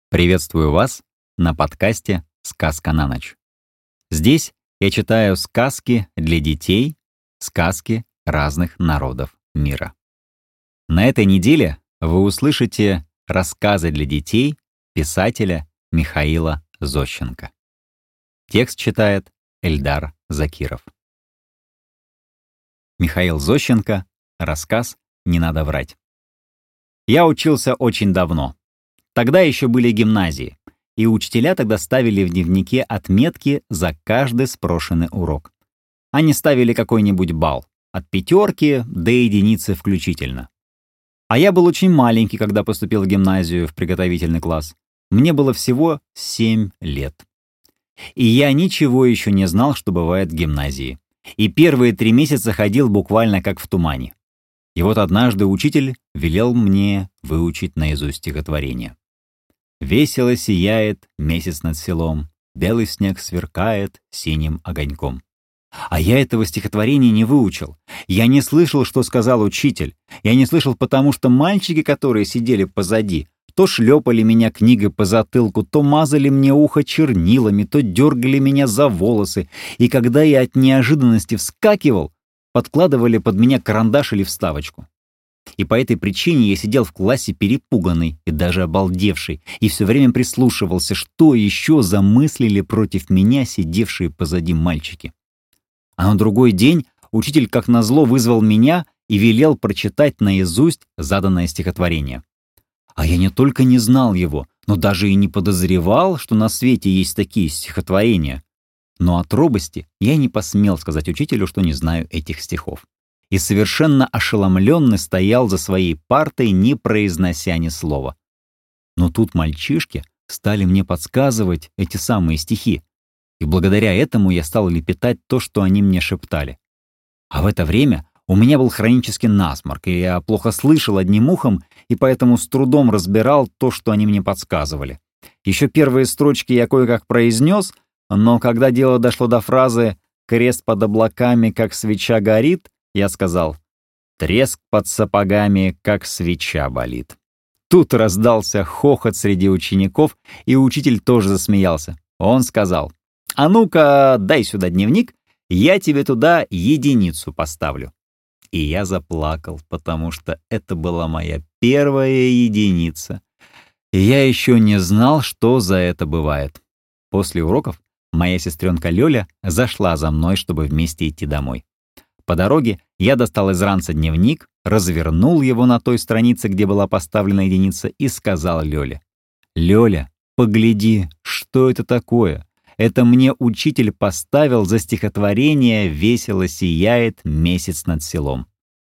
Приветствую вас на подкасте «Сказка на ночь». Здесь я читаю сказки для детей, сказки разных народов мира. На этой неделе вы услышите рассказы для детей писателя Михаила Зощенко. Текст читает Эльдар Закиров. Михаил Зощенко. Рассказ «Не надо врать». Я учился очень давно. Тогда еще были гимназии, и учителя тогда ставили в дневнике отметки за каждый спрошенный урок. Они ставили какой-нибудь балл, от 5 до 1 включительно. А я был очень маленький, когда поступил в гимназию в приготовительный класс. Мне было всего 7 лет. И я ничего еще не знал, что бывает в гимназии. И первые 3 месяца ходил буквально как в тумане. И вот однажды учитель велел мне выучить наизусть стихотворение. «Весело сияет месяц над селом, белый снег сверкает синим огоньком». А я этого стихотворения не выучил. Я не слышал, что сказал учитель. Я не слышал, потому что мальчики, которые сидели позади, то шлепали меня книгой по затылку, то мазали мне ухо чернилами, то дергали меня за волосы. И когда я от неожиданности вскакивал, подкладывали под меня карандаш или вставочку. И по этой причине я сидел в классе перепуганный и даже обалдевший, и все время прислушивался, что еще замыслили против меня сидевшие позади мальчики. А на другой день учитель как назло вызвал меня и велел прочитать наизусть заданное стихотворение. А я не только не знал его, но даже и не подозревал, что на свете есть такие стихотворения. Но от робости я не посмел сказать учителю, что не знаю этих стихов. И совершенно ошеломленный стоял за своей партой, не произнося ни слова. Но тут мальчишки стали мне подсказывать эти самые стихи, и благодаря этому я стал лепетать то, что они мне шептали. А в это время у меня был хронический насморк, и я плохо слышал одним ухом, и поэтому с трудом разбирал то, что они мне подсказывали. Еще первые строчки я кое-как произнес, но когда дело дошло до фразы «крест под облаками, как свеча горит», я сказал: «Треск под сапогами, как свеча болит». Тут раздался хохот среди учеников, и учитель тоже засмеялся. Он сказал: «А ну-ка, дай сюда дневник, я тебе туда 1 поставлю». И я заплакал, потому что это была моя первая 1. И я еще не знал, что за это бывает. После уроков моя сестренка Лёля зашла за мной, чтобы вместе идти домой. По дороге я достал из ранца дневник, развернул его на той странице, где была поставлена 1, и сказал Лёле: «Лёля, погляди, что это такое? Это мне учитель поставил за стихотворение «Весело сияет месяц над селом».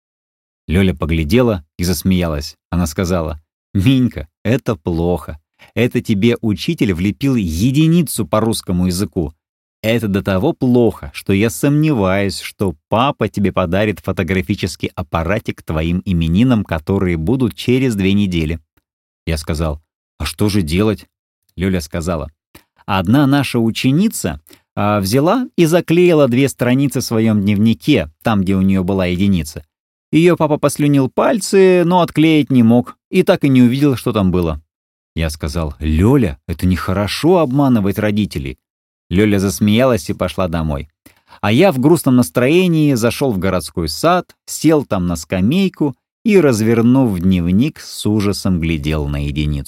Лёля поглядела и засмеялась. Она сказала: «Минька, это плохо. Это тебе учитель влепил 1 по русскому языку. Это до того плохо, что я сомневаюсь, что папа тебе подарит фотографический аппаратик к твоим именинам, которые будут через 2 недели». Я сказал: «А что же делать?» Лёля сказала: «Одна наша ученица взяла и заклеила 2 страницы в своем дневнике, там, где у нее была 1. Ее папа послюнил пальцы, но отклеить не мог, и так и не увидел, что там было». Я сказал: «Лёля, это нехорошо обманывать родителей». Лёля засмеялась и пошла домой. А я в грустном настроении зашел в городской сад, сел там на скамейку и, развернув дневник, с ужасом глядел на 1.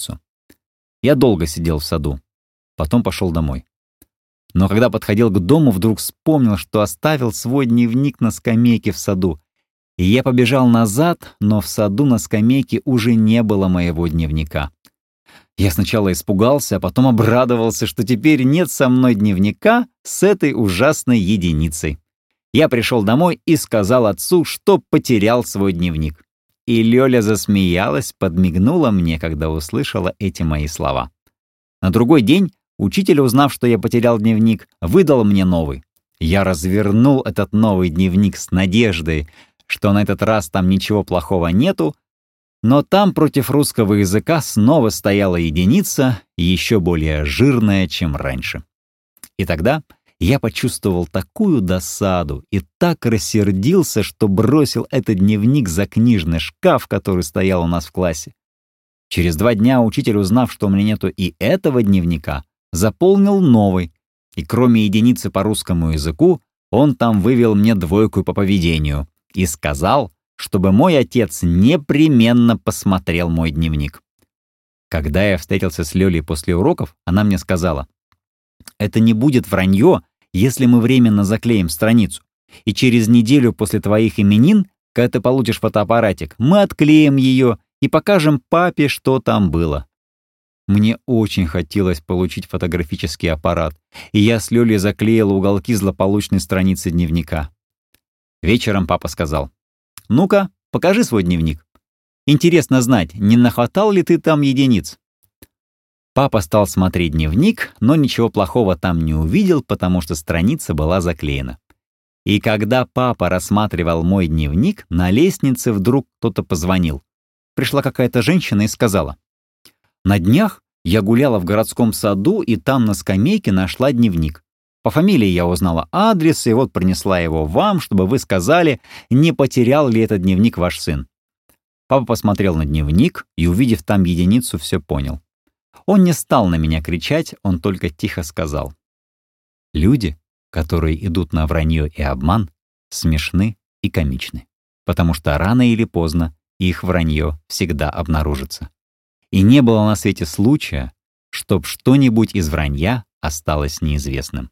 Я долго сидел в саду, потом пошел домой. Но когда подходил к дому, вдруг вспомнил, что оставил свой дневник на скамейке в саду. И я побежал назад, но в саду на скамейке уже не было моего дневника. Я сначала испугался, а потом обрадовался, что теперь нет со мной дневника с этой ужасной 1. Я пришел домой и сказал отцу, что потерял свой дневник. И Лёля засмеялась, подмигнула мне, когда услышала эти мои слова. На другой день учитель, узнав, что я потерял дневник, выдал мне новый. Я развернул этот новый дневник с надеждой, что на этот раз там ничего плохого нету, но там против русского языка снова стояла 1, еще более жирная, чем раньше. И тогда я почувствовал такую досаду и так рассердился, что бросил этот дневник за книжный шкаф, который стоял у нас в классе. Через 2 дня учитель, узнав, что у меня нету и этого дневника, заполнил новый, и кроме единицы по русскому языку, он там вывел мне 2 по поведению и сказал, чтобы мой отец непременно посмотрел мой дневник. Когда я встретился с Лёлей после уроков, она мне сказала: «Это не будет вранье, если мы временно заклеим страницу, и через неделю после твоих именин, когда ты получишь фотоаппаратик, мы отклеим ее и покажем папе, что там было». Мне очень хотелось получить фотографический аппарат, и я с Лёлей заклеил уголки злополучной страницы дневника. Вечером папа сказал: «Ну-ка, покажи свой дневник. Интересно знать, не нахватал ли ты там единиц?» Папа стал смотреть дневник, но ничего плохого там не увидел, потому что страница была заклеена. И когда папа рассматривал мой дневник, на лестнице вдруг кто-то позвонил. Пришла какая-то женщина и сказала: «На днях я гуляла в городском саду и там на скамейке нашла дневник. По фамилии я узнала адрес и вот принесла его вам, чтобы вы сказали, не потерял ли этот дневник ваш сын». Папа посмотрел на дневник и, увидев там единицу, все понял. Он не стал на меня кричать, он только тихо сказал: «Люди, которые идут на вранье и обман, смешны и комичны, потому что рано или поздно их вранье всегда обнаружится. И не было на свете случая, чтоб что-нибудь из вранья осталось неизвестным».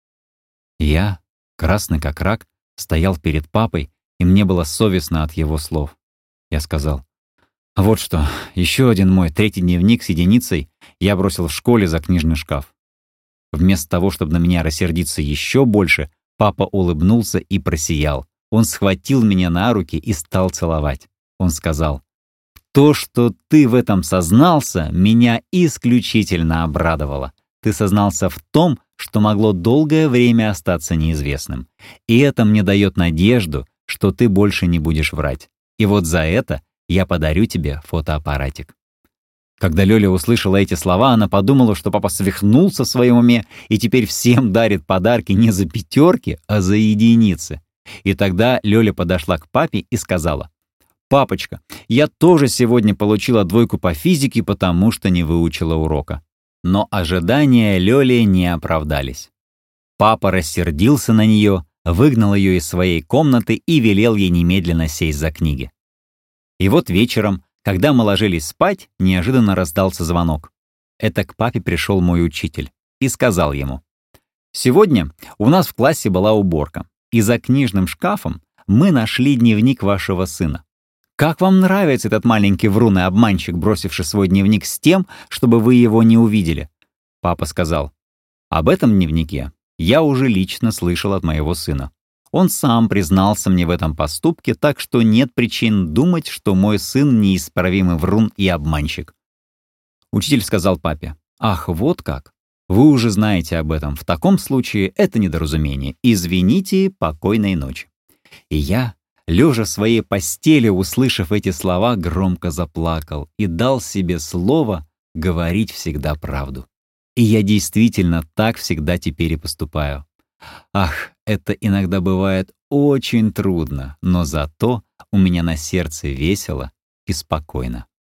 Я, красный как рак, стоял перед папой, и мне было совестно от его слов. Я сказал: «Вот что, еще один мой 3-й дневник с единицей я бросил в школе за книжный шкаф». Вместо того, чтобы на меня рассердиться еще больше, папа улыбнулся и просиял. Он схватил меня на руки и стал целовать. Он сказал: «То, что ты в этом сознался, меня исключительно обрадовало. Ты сознался в том, что могло долгое время остаться неизвестным. И это мне дает надежду, что ты больше не будешь врать. И вот за это я подарю тебе фотоаппаратик». Когда Лёля услышала эти слова, она подумала, что папа свихнулся в своем уме и теперь всем дарит подарки не за 5, а за единицы. И тогда Лёля подошла к папе и сказала: «Папочка, я тоже сегодня получила 2 по физике, потому что не выучила урока». Но ожидания Лёли не оправдались. Папа рассердился на неё, выгнал её из своей комнаты и велел ей немедленно сесть за книги. И вот вечером, когда мы ложились спать, неожиданно раздался звонок. Это к папе пришел мой учитель и сказал ему: «Сегодня у нас в классе была уборка, и за книжным шкафом мы нашли дневник вашего сына. Как вам нравится этот маленький врун и обманщик, бросивший свой дневник с тем, чтобы вы его не увидели?» Папа сказал: «Об этом дневнике я уже лично слышал от моего сына. Он сам признался мне в этом поступке, так что нет причин думать, что мой сын неисправимый врун и обманщик». Учитель сказал папе: «Ах, вот как! Вы уже знаете об этом. В таком случае это недоразумение. Извините, покойной ночи». И я, лежа в своей постели, услышав эти слова, громко заплакал и дал себе слово говорить всегда правду. И я действительно так всегда теперь и поступаю. Ах, это иногда бывает очень трудно, но зато у меня на сердце весело и спокойно.